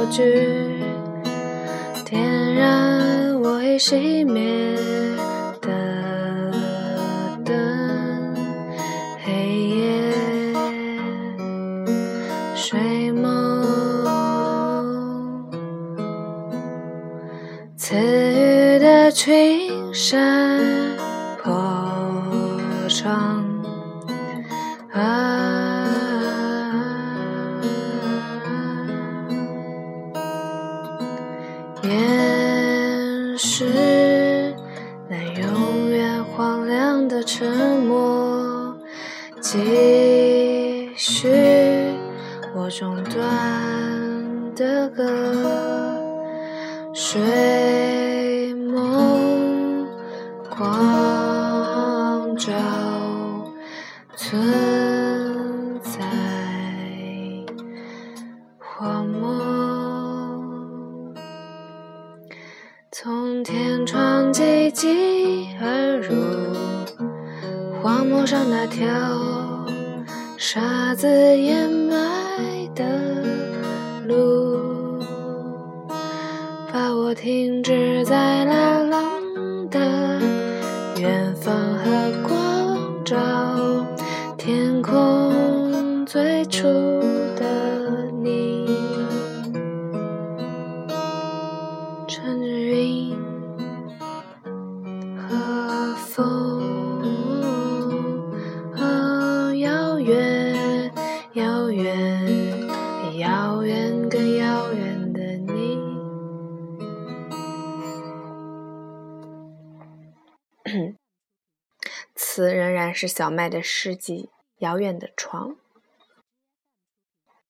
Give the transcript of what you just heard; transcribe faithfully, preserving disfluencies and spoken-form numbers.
剧，点燃我已熄灭的灯，黑夜睡梦，赐予的群山破窗啊，掩饰那永远荒凉的沉默，继续我中断的歌，睡梦光照存在荒漠，从天窗寂寂而入荒漠上那条沙子掩埋的路，把我停止在那冷的远方和光照天空最初的你，乘着云和风，哦，遥远遥远遥远更遥远的你。词仍然是小麦的诗集《遥远的床》。